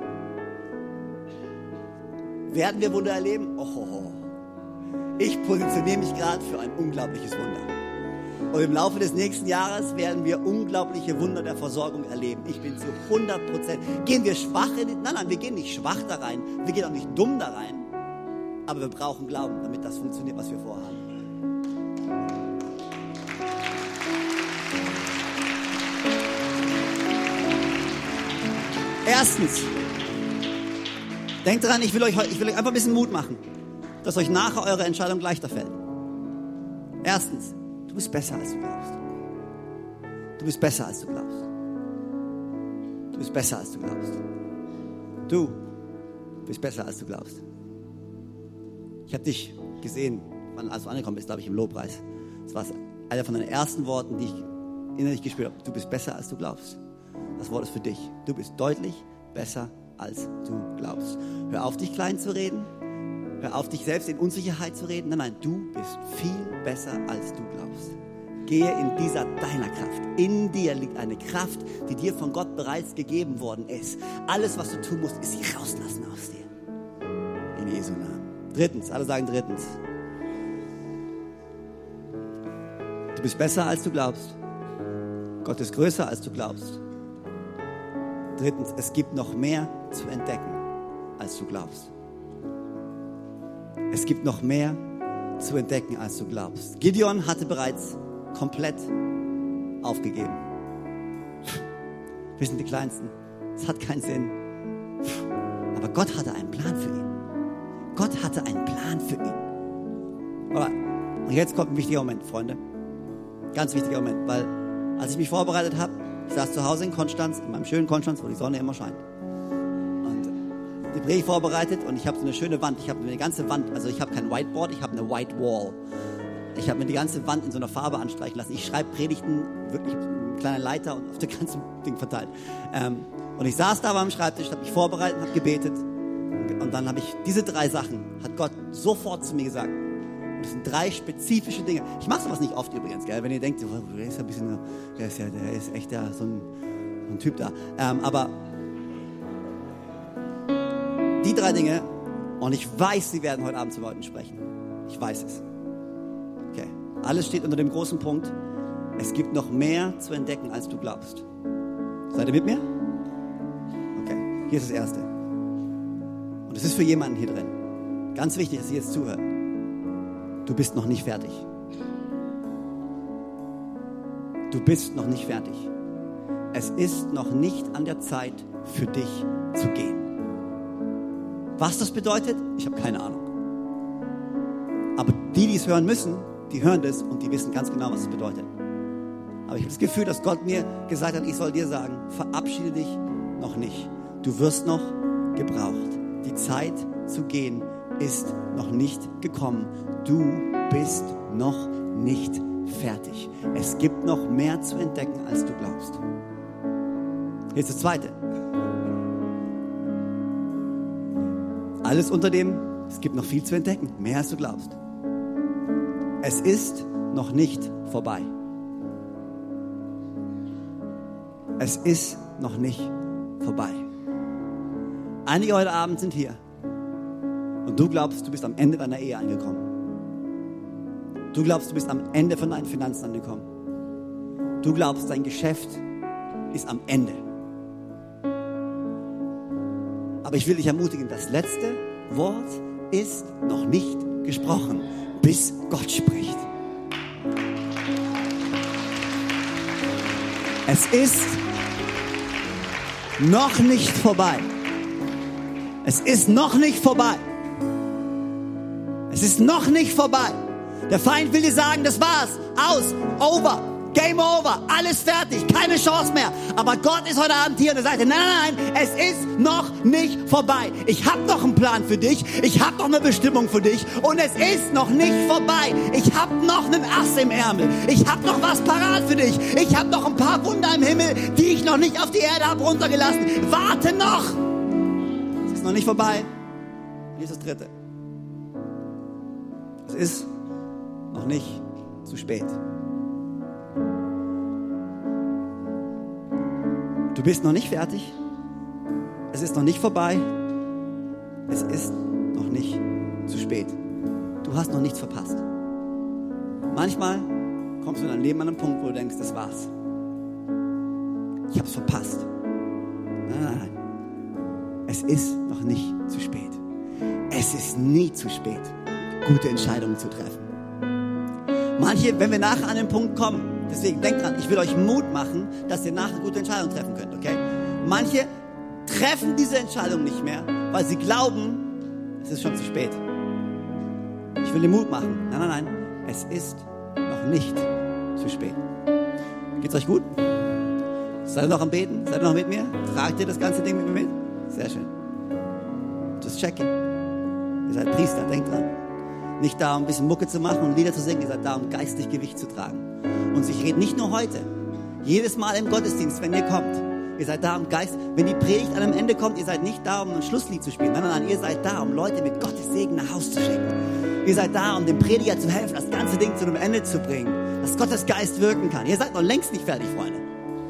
Werden wir Wunder erleben? Ich positioniere mich gerade für ein unglaubliches Wunder. Und im Laufe des nächsten Jahres werden wir unglaubliche Wunder der Versorgung erleben. Ich bin zu 100%. Gehen wir schwach in? Nein, wir gehen nicht schwach da rein. Wir gehen auch nicht dumm da rein. Aber wir brauchen Glauben, damit das funktioniert, was wir vorhaben. Erstens, denkt dran, ich will euch einfach ein bisschen Mut machen, dass euch nachher eure Entscheidung leichter fällt. Erstens, du bist besser, als du glaubst. Du bist besser, als du glaubst. Du bist besser, als du glaubst. Du bist besser, als du glaubst. Ich habe dich gesehen, als du angekommen bist, glaube ich, im Lobpreis. Das war einer von den ersten Worten, die ich innerlich gespürt habe. Du bist besser, als du glaubst. Das Wort ist für dich. Du bist deutlich besser, als du glaubst. Hör auf, dich klein zu reden. Hör auf, dich selbst in Unsicherheit zu reden. Nein, du bist viel besser, als du glaubst. Gehe in dieser deiner Kraft. In dir liegt eine Kraft, die dir von Gott bereits gegeben worden ist. Alles, was du tun musst, ist sie rauslassen aus dir. In Jesu Namen. Drittens, alle sagen drittens. Du bist besser, als du glaubst. Gott ist größer, als du glaubst. Drittens, es gibt noch mehr zu entdecken, als du glaubst. Es gibt noch mehr zu entdecken, als du glaubst. Gideon hatte bereits komplett aufgegeben. Wir sind die Kleinsten. Es hat keinen Sinn. Aber Gott hatte einen Plan für ihn. Gott hatte einen Plan für ihn. Aber, und jetzt kommt ein wichtiger Moment, Freunde. Ganz wichtiger Moment, weil als ich mich vorbereitet habe, ich saß zu Hause in Konstanz, in meinem schönen Konstanz, wo die Sonne immer scheint. Und die Predigt vorbereitet und ich habe so eine schöne Wand. Ich habe mir die ganze Wand, also ich habe kein Whiteboard, ich habe eine White Wall. Ich habe mir die ganze Wand in so einer Farbe anstreichen lassen. Ich schreibe Predigten wirklich mit einem kleinen Leiter und auf das ganze Ding verteilt. Und ich saß da beim Schreibtisch, habe mich vorbereitet und habe gebetet. Und dann habe ich diese 3 Sachen, hat Gott sofort zu mir gesagt. Und das sind 3 spezifische Dinge. Ich mache sowas nicht oft übrigens, gell? Wenn ihr denkt, der ist ja ein bisschen, der ist echt so ein Typ da. Aber die 3 Dinge, und ich weiß, sie werden heute Abend zu Leuten sprechen. Ich weiß es. Okay. Alles steht unter dem großen Punkt, es gibt noch mehr zu entdecken, als du glaubst. Seid ihr mit mir? Okay, hier ist das Erste. Und es ist für jemanden hier drin. Ganz wichtig, dass ihr jetzt zuhört. Du bist noch nicht fertig. Du bist noch nicht fertig. Es ist noch nicht an der Zeit, für dich zu gehen. Was das bedeutet, ich habe keine Ahnung. Aber die es hören müssen, die hören das und die wissen ganz genau, was es bedeutet. Aber ich habe das Gefühl, dass Gott mir gesagt hat, ich soll dir sagen, verabschiede dich noch nicht. Du wirst noch gebraucht. Die Zeit zu gehen ist noch nicht gekommen. Du bist noch nicht fertig. Es gibt noch mehr zu entdecken, als du glaubst. Jetzt das Zweite. Alles unter dem, es gibt noch viel zu entdecken, mehr als du glaubst. Es ist noch nicht vorbei. Es ist noch nicht vorbei. Einige heute Abend sind hier und du glaubst, du bist am Ende deiner Ehe angekommen. Du glaubst, du bist am Ende von deinen Finanzen angekommen. Du glaubst, dein Geschäft ist am Ende. Aber ich will dich ermutigen, das letzte Wort ist noch nicht gesprochen, bis Gott spricht. Es ist noch nicht vorbei. Es ist noch nicht vorbei. Es ist noch nicht vorbei. Der Feind will dir sagen, das war's, aus, over, game over, alles fertig, keine Chance mehr. Aber Gott ist heute Abend hier und er sagt, nein, es ist noch nicht vorbei. Ich habe noch einen Plan für dich, ich habe noch eine Bestimmung für dich und es ist noch nicht vorbei. Ich habe noch einen Ass im Ärmel, ich habe noch was parat für dich. Ich habe noch ein paar Wunder im Himmel, die ich noch nicht auf die Erde habe runtergelassen. Warte noch! Es ist noch nicht vorbei. Hier ist das Dritte. Es ist noch nicht zu spät. Du bist noch nicht fertig. Es ist noch nicht vorbei. Es ist noch nicht zu spät. Du hast noch nichts verpasst. Manchmal kommst du in deinem Leben an einen Punkt, wo du denkst, das war's. Ich hab's verpasst. Nein. Es ist noch nicht zu spät. Es ist nie zu spät, gute Entscheidungen zu treffen. Manche, wenn wir nachher an den Punkt kommen, deswegen denkt dran, ich will euch Mut machen, dass ihr nachher gute Entscheidungen treffen könnt, okay? Manche treffen diese Entscheidung nicht mehr, weil sie glauben, es ist schon zu spät. Ich will dir Mut machen. Nein, es ist noch nicht zu spät. Geht's euch gut? Seid ihr noch am Beten? Seid ihr noch mit mir? Tragt ihr das ganze Ding mit mir mit? Sehr schön. Just checking. Ihr seid Priester, denkt dran. Nicht da, um ein bisschen Mucke zu machen und Lieder zu singen. Ihr seid da, um geistig Gewicht zu tragen. Und ich rede nicht nur heute. Jedes Mal im Gottesdienst, wenn ihr kommt. Ihr seid da, um Geist. Wenn die Predigt an einem Ende kommt, ihr seid nicht da, um ein Schlusslied zu spielen. Nein, ihr seid da, um Leute mit Gottes Segen nach Hause zu schicken. Ihr seid da, um dem Prediger zu helfen, das ganze Ding zu einem Ende zu bringen. Dass Gottes Geist wirken kann. Ihr seid noch längst nicht fertig, Freunde.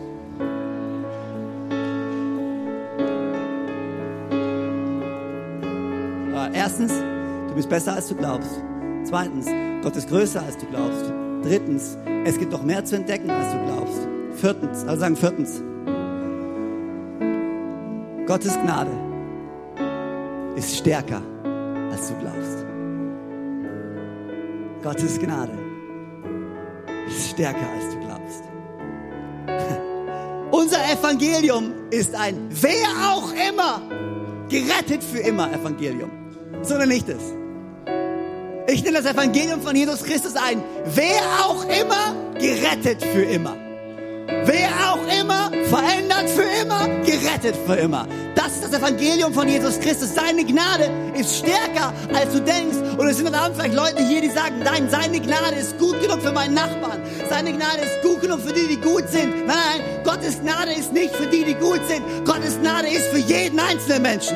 Erstens, du bist besser, als du glaubst. Zweitens, Gott ist größer, als du glaubst. Drittens, es gibt noch mehr zu entdecken, als du glaubst. Viertens, Gottes Gnade ist stärker, als du glaubst. Gottes Gnade ist stärker, als du glaubst. Unser Evangelium ist ein wer auch immer gerettet für immer Evangelium. So nenne ich das. Ich nenne das Evangelium von Jesus Christus ein. Wer auch immer, gerettet für immer. Wer auch immer, verändert für immer, gerettet für immer. Das ist das Evangelium von Jesus Christus. Seine Gnade ist stärker, als du denkst. Und es sind dann vielleicht Leute hier, die sagen, nein, seine Gnade ist gut genug für meinen Nachbarn. Seine Gnade ist gut genug für die, die gut sind. Nein, Gottes Gnade ist nicht für die, die gut sind. Gottes Gnade ist für jeden einzelnen Menschen.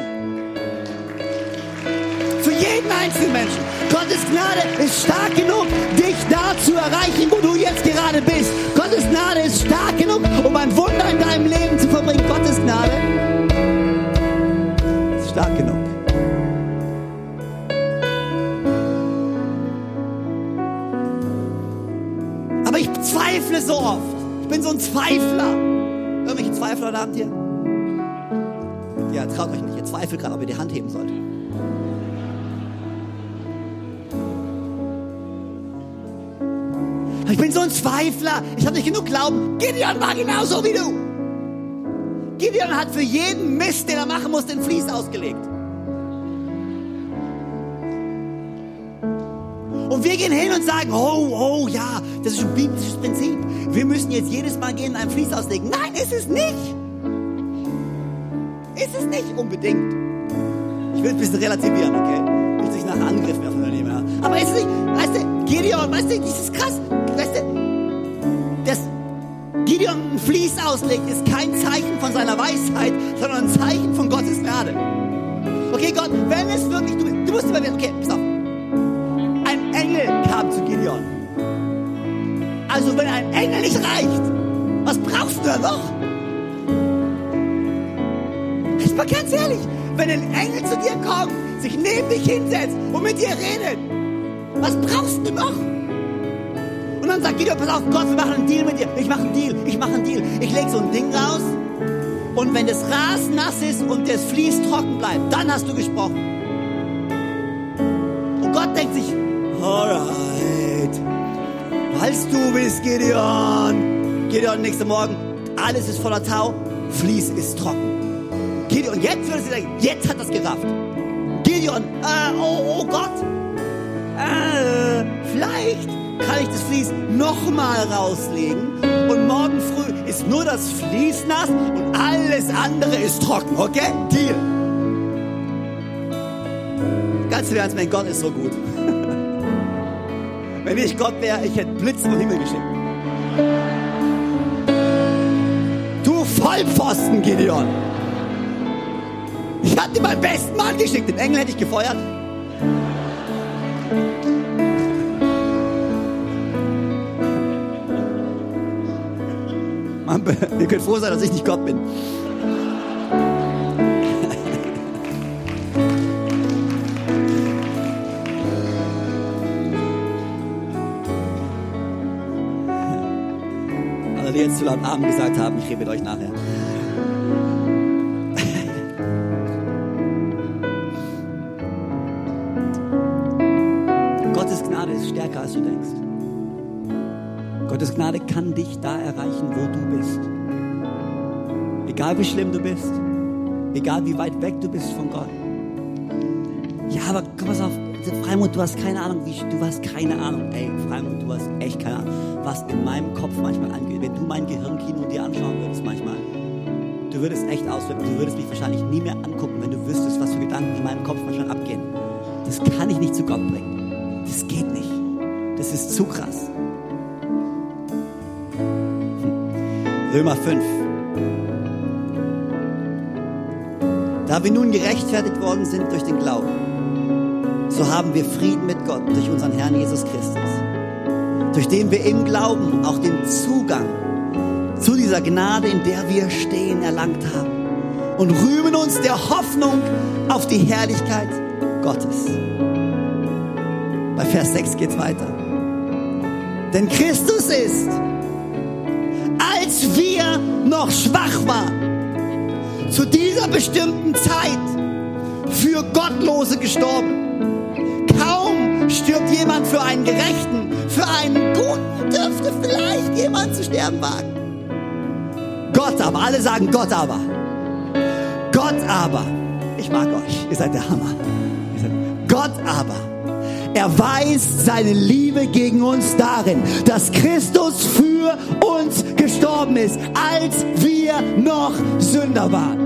Jeden einzelnen Menschen. Gottes Gnade ist stark genug, dich da zu erreichen, wo du jetzt gerade bist. Gottes Gnade ist stark genug, um ein Wunder in deinem Leben zu verbringen. Gottes Gnade ist stark genug. Aber ich zweifle so oft. Ich bin so ein Zweifler. Irgendwelche Zweifler heute Abend hier? Ja, traut euch nicht. Ihr zweifelt gerade, ob ihr die Hand heben sollt. Ich bin so ein Zweifler. Ich habe nicht genug Glauben. Gideon war genauso wie du. Gideon hat für jeden Mist, den er machen muss, den Vlies ausgelegt. Und wir gehen hin und sagen, oh, ja, das ist ein biblisches Prinzip. Wir müssen jetzt jedes Mal gehen und einen Vlies auslegen. Nein, ist es nicht. Ist es nicht unbedingt. Ich will es ein bisschen relativieren, okay? Ich will nicht nach Angriff mehr von daneben. Aber ist es nicht, weißt du, Gideon, weißt du, das ist krass. Weißt du, dass Gideon ein Vlies auslegt, ist kein Zeichen von seiner Weisheit, sondern ein Zeichen von Gottes Gnade. Okay, Gott, wenn es wirklich, du musst immer wieder, okay, pass auf. Ein Engel kam zu Gideon. Also wenn ein Engel nicht reicht, was brauchst du da noch? Jetzt mal ganz ehrlich, wenn ein Engel zu dir kommt, sich neben dich hinsetzt und mit dir redet, was brauchst du noch? Und dann sagt Gideon, pass auf, Gott, wir machen einen Deal mit dir. Ich mache einen Deal. Ich lege so ein Ding raus und wenn das Rasen nass ist und das Vlies trocken bleibt, dann hast du gesprochen. Und Gott denkt sich, alright, falls du bist, Gideon. Gideon, nächsten Morgen, alles ist voller Tau, Vlies ist trocken. Gideon, jetzt würde sie sagen, jetzt hat das gerafft. Gideon, oh Gott, vielleicht kann ich das Vlies nochmal rauslegen und morgen früh ist nur das Vlies nass und alles andere ist trocken, okay? Deal. Ganz im Ernst, mein Gott ist so gut. Wenn ich Gott wäre, ich hätte Blitz vom Himmel geschickt. Du Vollpfosten, Gideon. Ich hatte meinen besten Mann geschickt. Den Engel hätte ich gefeuert. Mann, ihr könnt froh sein, dass ich nicht Gott bin. Die jetzt zu laut Amen gesagt haben, ich rede mit euch nachher. Gottes Gnade ist stärker, als du denkst. Gottes Gnade kann dich da erreichen, wo du bist. Egal wie schlimm du bist, egal wie weit weg du bist von Gott. Ja, aber komm mal auf, Freimut, du hast keine Ahnung, du hast keine Ahnung. Ey, Freimut, du hast echt keine Ahnung, was in meinem Kopf manchmal angeht. Wenn du mein Gehirnkino dir anschauen würdest manchmal, du würdest echt ausflippen. Du würdest mich wahrscheinlich nie mehr angucken, wenn du wüsstest, was für Gedanken in meinem Kopf manchmal abgehen. Das kann ich nicht zu Gott bringen. Das geht nicht. Das ist zu krass. Römer 5. Da wir nun gerechtfertigt worden sind durch den Glauben, so haben wir Frieden mit Gott durch unseren Herrn Jesus Christus, durch den wir im Glauben auch den Zugang zu dieser Gnade, in der wir stehen, erlangt haben und rühmen uns der Hoffnung auf die Herrlichkeit Gottes. Bei Vers 6 geht's weiter. Denn Christus ist, als wir noch schwach waren, zu dieser bestimmten Zeit für Gottlose gestorben. Kaum stirbt jemand für einen Gerechten, für einen Guten dürfte vielleicht jemand zu sterben wagen. Gott aber, alle sagen Gott aber. Gott aber, ich mag euch, ihr seid der Hammer. Gott aber erweist seine Liebe gegen uns darin, dass Christus für uns gestorben ist, als wir noch Sünder waren.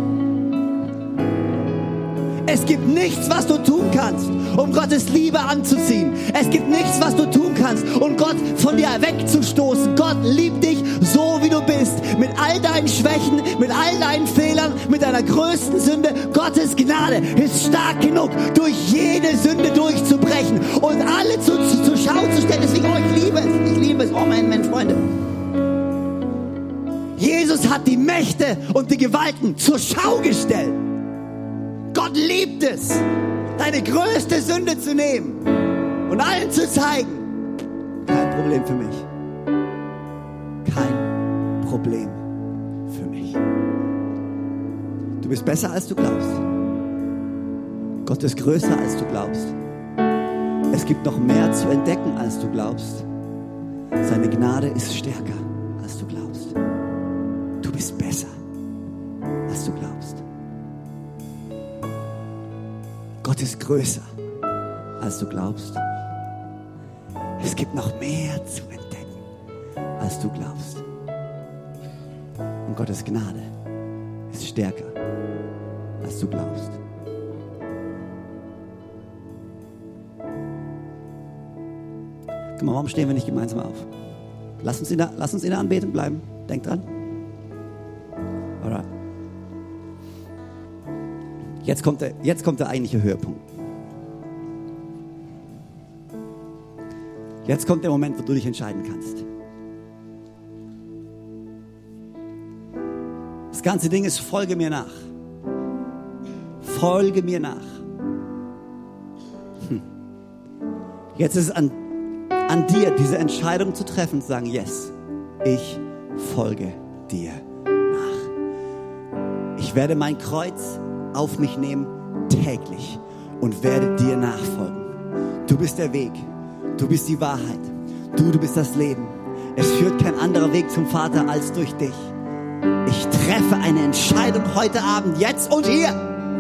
Es gibt nichts, was du tun kannst, um Gottes Liebe anzuziehen. Es gibt nichts, was du tun kannst, um Gott von dir wegzustoßen. Gott liebt dich so, wie du bist. Mit all deinen Schwächen, mit all deinen Fehlern, mit deiner größten Sünde. Gottes Gnade ist stark genug, durch jede Sünde durchzubrechen und alle zur Schau zu stellen. Deswegen, ich liebe es. Ich liebe es. Oh, meine Freunde. Jesus hat die Mächte und die Gewalten zur Schau gestellt. Gott liebt es, deine größte Sünde zu nehmen und allen zu zeigen. Kein Problem für mich. Kein Problem für mich. Du bist besser, als du glaubst. Gott ist größer, als du glaubst. Es gibt noch mehr zu entdecken, als du glaubst. Seine Gnade ist stärker, als du glaubst. Du bist besser, als du glaubst. Gott ist größer, als du glaubst. Es gibt noch mehr zu entdecken, als du glaubst. Und Gottes Gnade ist stärker, als du glaubst. Guck mal, warum stehen wir nicht gemeinsam auf? Lass uns in der Anbetung bleiben. Denk dran. Alright. Jetzt kommt der eigentliche Höhepunkt. Jetzt kommt der Moment, wo du dich entscheiden kannst. Das ganze Ding ist, folge mir nach. Folge mir nach. Jetzt ist es an dir, diese Entscheidung zu treffen, zu sagen, yes, ich folge dir nach. Ich werde mein Kreuz auf mich nehmen, täglich, und werde dir nachfolgen. Du bist der Weg, du bist die Wahrheit, du bist das Leben. Es führt kein anderer Weg zum Vater als durch dich. Ich treffe eine Entscheidung heute Abend, jetzt und hier.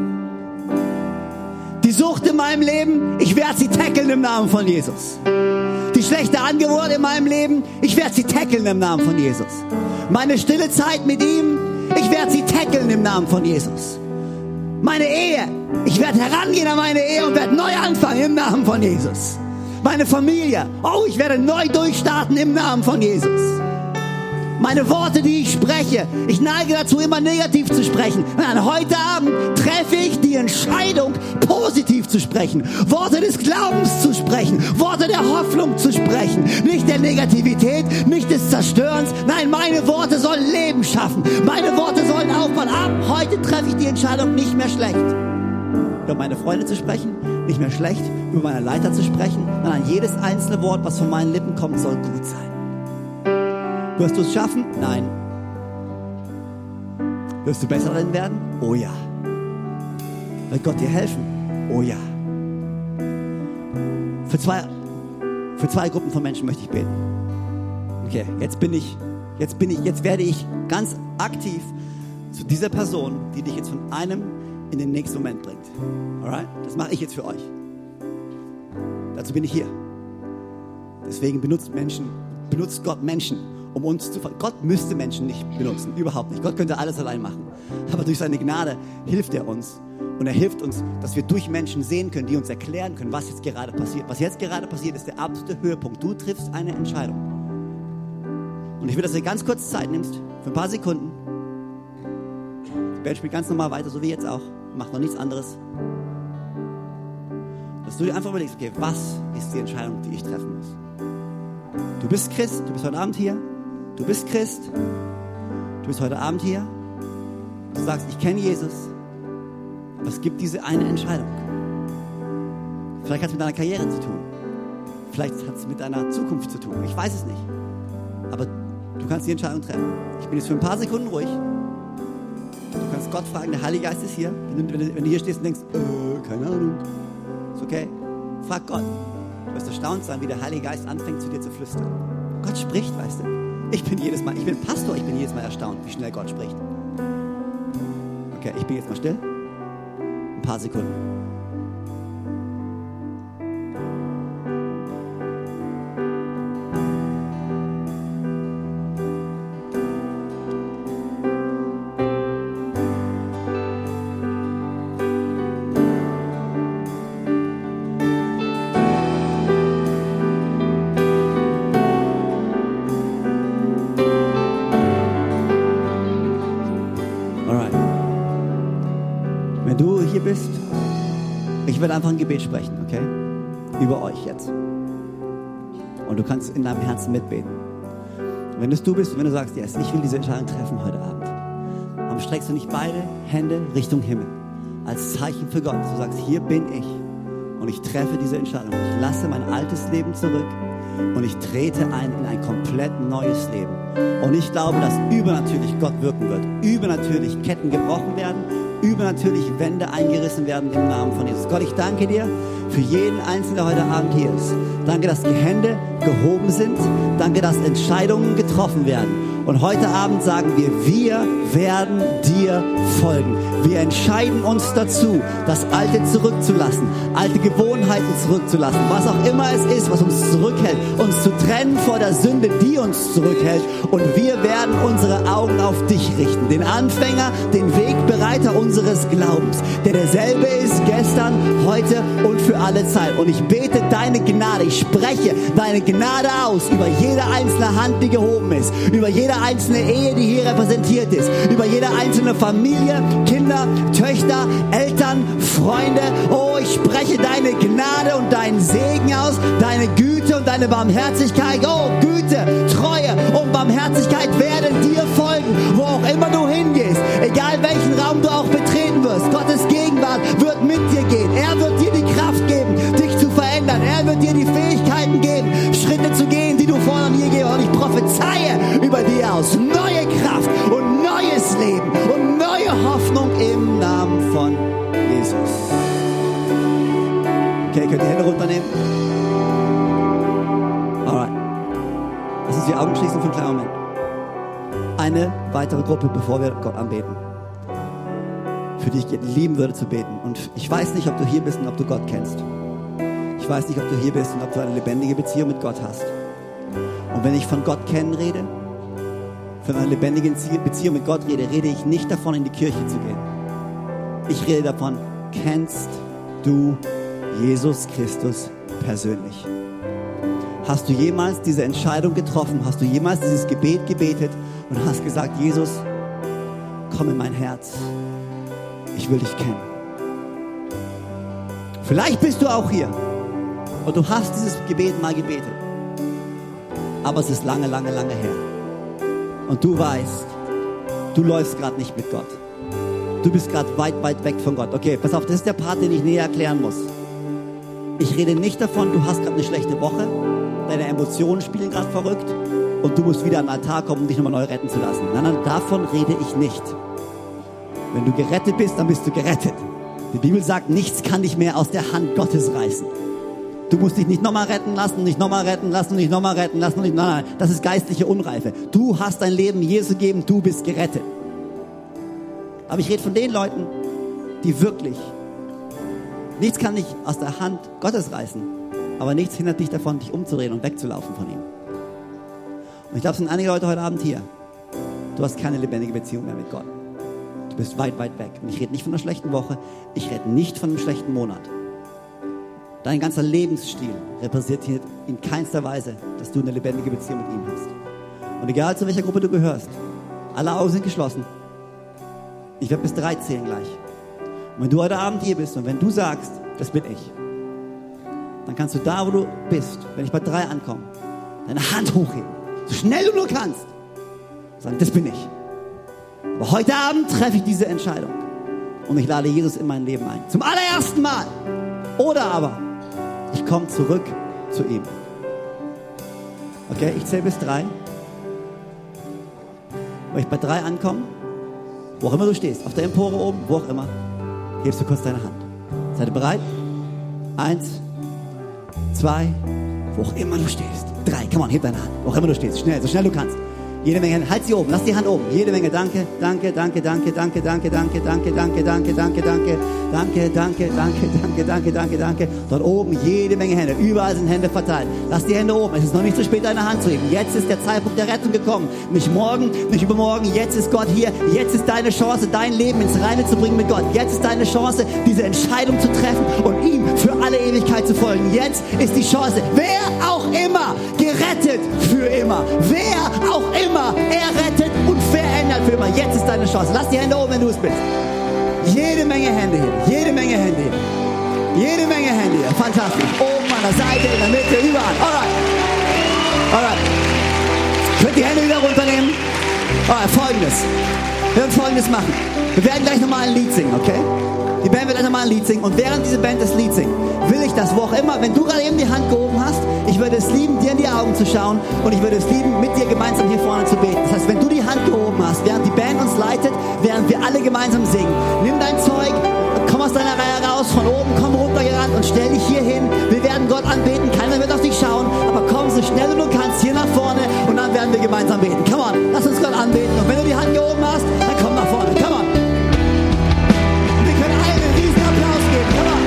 Die Sucht in meinem Leben, ich werde sie tackeln im Namen von Jesus. Die schlechte Angewohnheit in meinem Leben, ich werde sie tackeln im Namen von Jesus. Meine stille Zeit mit ihm, ich werde sie tackeln im Namen von Jesus. Meine Ehe, ich werde herangehen an meine Ehe und werde neu anfangen im Namen von Jesus. Meine Familie, ich werde neu durchstarten im Namen von Jesus. Meine Worte, die ich spreche, ich neige dazu, immer negativ zu sprechen. Nein, heute Abend treffe ich die Entscheidung, positiv zu sprechen. Worte des Glaubens zu sprechen. Worte der Hoffnung zu sprechen. Nicht der Negativität, nicht des Zerstörens. Nein, meine Worte sollen Leben schaffen. Meine Worte sollen aufbauen. Ab heute treffe ich die Entscheidung, nicht mehr schlecht über meine Freunde zu sprechen, nicht mehr schlecht über meine Leiter zu sprechen. Nein, jedes einzelne Wort, was von meinen Lippen kommt, soll gut sein. Wirst du es schaffen? Nein. Wirst du besser darin werden? Oh ja. Wird Gott dir helfen? Oh ja. Für zwei Gruppen von Menschen möchte ich beten. Okay, jetzt werde ich ganz aktiv zu dieser Person, die dich jetzt von einem in den nächsten Moment bringt. Alright? Das mache ich jetzt für euch. Dazu bin ich hier. Deswegen benutzt Gott Menschen, um uns zu ver... Gott müsste Menschen nicht benutzen, überhaupt nicht. Gott könnte alles allein machen. Aber durch seine Gnade hilft er uns. Und er hilft uns, dass wir durch Menschen sehen können, die uns erklären können, was jetzt gerade passiert. Was jetzt gerade passiert, ist der absolute Höhepunkt. Du triffst eine Entscheidung. Und ich will, dass du dir ganz kurz Zeit nimmst, für ein paar Sekunden. Die Band spielt ganz normal weiter, so wie jetzt auch. Macht noch nichts anderes. Dass du dir einfach überlegst, okay, was ist die Entscheidung, die ich treffen muss? Du bist Christ, du bist heute Abend hier. Du bist Christ, du bist heute Abend hier. Du sagst, ich kenne Jesus. Aber es gibt diese eine Entscheidung. Vielleicht hat es mit deiner Karriere zu tun. Vielleicht hat es mit deiner Zukunft zu tun. Ich weiß es nicht. Aber du kannst die Entscheidung treffen. Ich bin jetzt für ein paar Sekunden ruhig. Du kannst Gott fragen, der Heilige Geist ist hier. Wenn du hier stehst und denkst, keine Ahnung. Ist okay. Frag Gott. Du wirst erstaunt sein, wie der Heilige Geist anfängt, zu dir zu flüstern. Gott spricht, weißt du. Ich bin Pastor, ich bin jedes Mal erstaunt, wie schnell Gott spricht. Okay, ich bin jetzt mal still. Ein paar Sekunden. Ich werde einfach ein Gebet sprechen, okay? Über euch jetzt. Und du kannst in deinem Herzen mitbeten. Und wenn es du bist und wenn du sagst, yes, ich will diese Entscheidung treffen heute Abend, dann streckst du nicht beide Hände Richtung Himmel. Als Zeichen für Gott. Du sagst, hier bin ich und ich treffe diese Entscheidung. Ich lasse mein altes Leben zurück und ich trete ein in ein komplett neues Leben. Und ich glaube, dass übernatürlich Gott wirken wird. Übernatürlich Ketten gebrochen werden. Übernatürlich Wände eingerissen werden im Namen von Jesus. Gott, ich danke dir für jeden Einzelnen, der heute Abend hier ist. Danke, dass die Hände gehoben sind. Danke, dass Entscheidungen getroffen werden. Und heute Abend sagen wir werden dir folgen. Wir entscheiden uns dazu, das Alte zurückzulassen, alte Gewohnheiten zurückzulassen, was auch immer es ist, was uns zurückhält, uns zu trennen vor der Sünde, die uns zurückhält. Und wir werden unsere Augen auf dich richten, den Anfänger, den Wegbereiter unseres Glaubens, der derselbe ist gestern, heute und für alle Zeit. Und ich bete deine Gnade, ich spreche deine Gnade aus über jede einzelne Hand, die gehoben ist, über jede einzelne Ehe, die hier repräsentiert ist, über jede einzelne Familie, Kinder, Töchter, Eltern, Freunde. Oh, ich spreche deine Gnade und deinen Segen aus, deine Güte und deine Barmherzigkeit. Oh, Güte, Treue und Barmherzigkeit werden dir folgen, wo auch immer du hingehst, egal welchen Raum du auch betreten wirst. Gottes Gegenwart wird mit dir gehen. Er wird dir die Kraft geben, dich zu verändern. Er wird dir die Fähigkeiten geben, Schritte zu gehen, die du vorher noch nie gegeben hast. Und ich prophezeie über dir aus neue Kraft und neues Leben und neue Hoffnung im Namen von Jesus. Okay, könnt ihr Hände runternehmen? Alright. Lass uns die Augen schließen für einen kleinen Moment. eine weitere Gruppe, bevor wir Gott anbeten, für die ich lieben würde zu beten. Und ich weiß nicht, ob du hier bist und ob du Gott kennst. Ich weiß nicht, ob du hier bist und ob du eine lebendige Beziehung mit Gott hast. Und wenn ich von Gott kennen rede, von einer lebendigen Beziehung mit Gott rede ich nicht davon, in die Kirche zu gehen. Ich rede davon, kennst du Jesus Christus persönlich? Hast du jemals diese Entscheidung getroffen? Hast du jemals dieses Gebet gebetet und hast gesagt, Jesus, komm in mein Herz. Ich will dich kennen. Vielleicht bist du auch hier und du hast dieses Gebet mal gebetet. Aber es ist lange, lange, lange her. Und du weißt, du läufst gerade nicht mit Gott. Du bist gerade weit, weit weg von Gott. Okay, pass auf, das ist der Part, den ich näher erklären muss. Ich rede nicht davon, du hast gerade eine schlechte Woche, deine Emotionen spielen gerade verrückt und du musst wieder an den Altar kommen, um dich nochmal neu retten zu lassen. Nein, nein, davon rede ich nicht. Wenn du gerettet bist, dann bist du gerettet. Die Bibel sagt, nichts kann dich mehr aus der Hand Gottes reißen. Du musst dich nicht nochmal retten lassen, nicht nochmal retten lassen, nicht nochmal retten lassen. Nein, nein, das ist geistliche Unreife. Du hast dein Leben Jesus gegeben, du bist gerettet. Aber ich rede von den Leuten, die wirklich, nichts kann dich aus der Hand Gottes reißen, aber nichts hindert dich davon, dich umzudrehen und wegzulaufen von ihm. Und ich glaube, es sind einige Leute heute Abend hier. Du hast keine lebendige Beziehung mehr mit Gott. Du bist weit, weit weg. Und ich rede nicht von einer schlechten Woche, ich rede nicht von einem schlechten Monat. Dein ganzer Lebensstil repräsentiert in keinster Weise, dass du eine lebendige Beziehung mit ihm hast. Und egal zu welcher Gruppe du gehörst, alle Augen sind geschlossen. Ich werde bis 3 zählen gleich. Und wenn du heute Abend hier bist und wenn du sagst, das bin ich, dann kannst du da, wo du bist, wenn ich bei 3 ankomme, deine Hand hochheben, so schnell du nur kannst, sagen, das bin ich. Aber heute Abend treffe ich diese Entscheidung und ich lade Jesus in mein Leben ein. Zum allerersten Mal. Oder aber, ich komme zurück zu ihm. Okay, ich zähle bis 3. Wenn ich bei 3 ankomme, wo auch immer du stehst, auf der Empore oben, wo auch immer, hebst du kurz deine Hand. Seid ihr bereit? 1, 2, wo auch immer du stehst. 3, come on, heb deine Hand, wo auch immer du stehst. Schnell, so schnell du kannst. Jede Menge Hände, halt sie oben, lass die Hand oben. Jede Menge, danke, danke, danke, danke, danke, danke, danke, danke, danke, danke, danke, danke, danke, danke, danke, danke, danke, danke. Dort oben jede Menge Hände, überall sind Hände verteilt. Lass die Hände oben, es ist noch nicht zu spät, deine Hand zu heben. Jetzt ist der Zeitpunkt der Rettung gekommen. Nicht morgen, nicht übermorgen, jetzt ist Gott hier. Jetzt ist deine Chance, dein Leben ins Reine zu bringen mit Gott. Jetzt ist deine Chance, diese Entscheidung zu treffen und ihm für alle Ewigkeit zu folgen. Jetzt ist die Chance, wer auch immer, gerettet für immer. Wer auch immer, er rettet und verändert für immer. Jetzt ist deine Chance. Lass die Hände oben, wenn du es bist. Jede Menge Hände hier. Jede Menge Hände hier. Jede Menge Hände hier. Fantastisch. Oben an der Seite, in der Mitte, überall. Alright. Alright. Könnt die Hände wieder runternehmen? Alright, Folgendes. Wir werden Folgendes machen. Wir werden gleich nochmal ein Lied singen, okay? Die Band wird gleich nochmal ein Lied singen. Und während diese Band das Lied singt, will ich das, wo auch immer, wenn du gerade eben die Hand gehoben hast, ich würde es lieben, dir in die Augen zu schauen und ich würde es lieben, mit dir gemeinsam hier vorne zu beten. Das heißt, wenn du die Hand gehoben hast, während die Band uns leitet, während wir alle gemeinsam singen, nimm dein Zeug, komm aus deiner Reihe raus, von oben, komm runtergerannt und stell dich hier hin. Wir werden Gott anbeten, keiner wird auf dich schauen, aber komm so schnell du kannst hier nach vorne und dann werden wir gemeinsam beten. Come on, lass uns Gott anbeten. Und wenn du die Hand gehoben hast, dann komm nach vorne. Come on. Wir können allen einen riesen Applaus geben. Come on.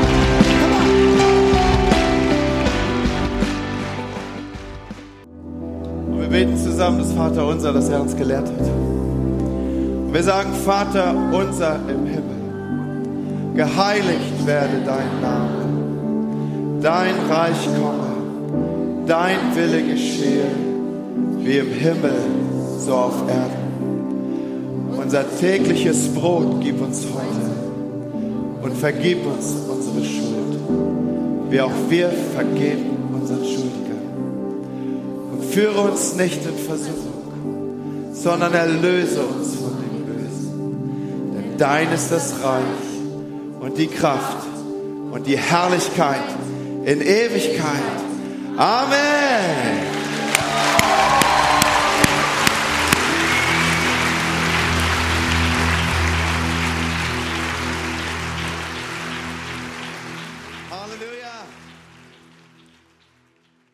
Wir beten zusammen das Vaterunser, das er uns gelehrt hat. Und wir sagen, Vater unser im Himmel, geheiligt werde dein Name, dein Reich komme, dein Wille geschehe, wie im Himmel, so auf Erden. Unser tägliches Brot gib uns heute und vergib uns unsere Schuld, wie auch wir vergeben unseren Schuldigern. Führe uns nicht in Versuchung, sondern erlöse uns von dem Bösen. Denn dein ist das Reich und die Kraft und die Herrlichkeit in Ewigkeit. Amen.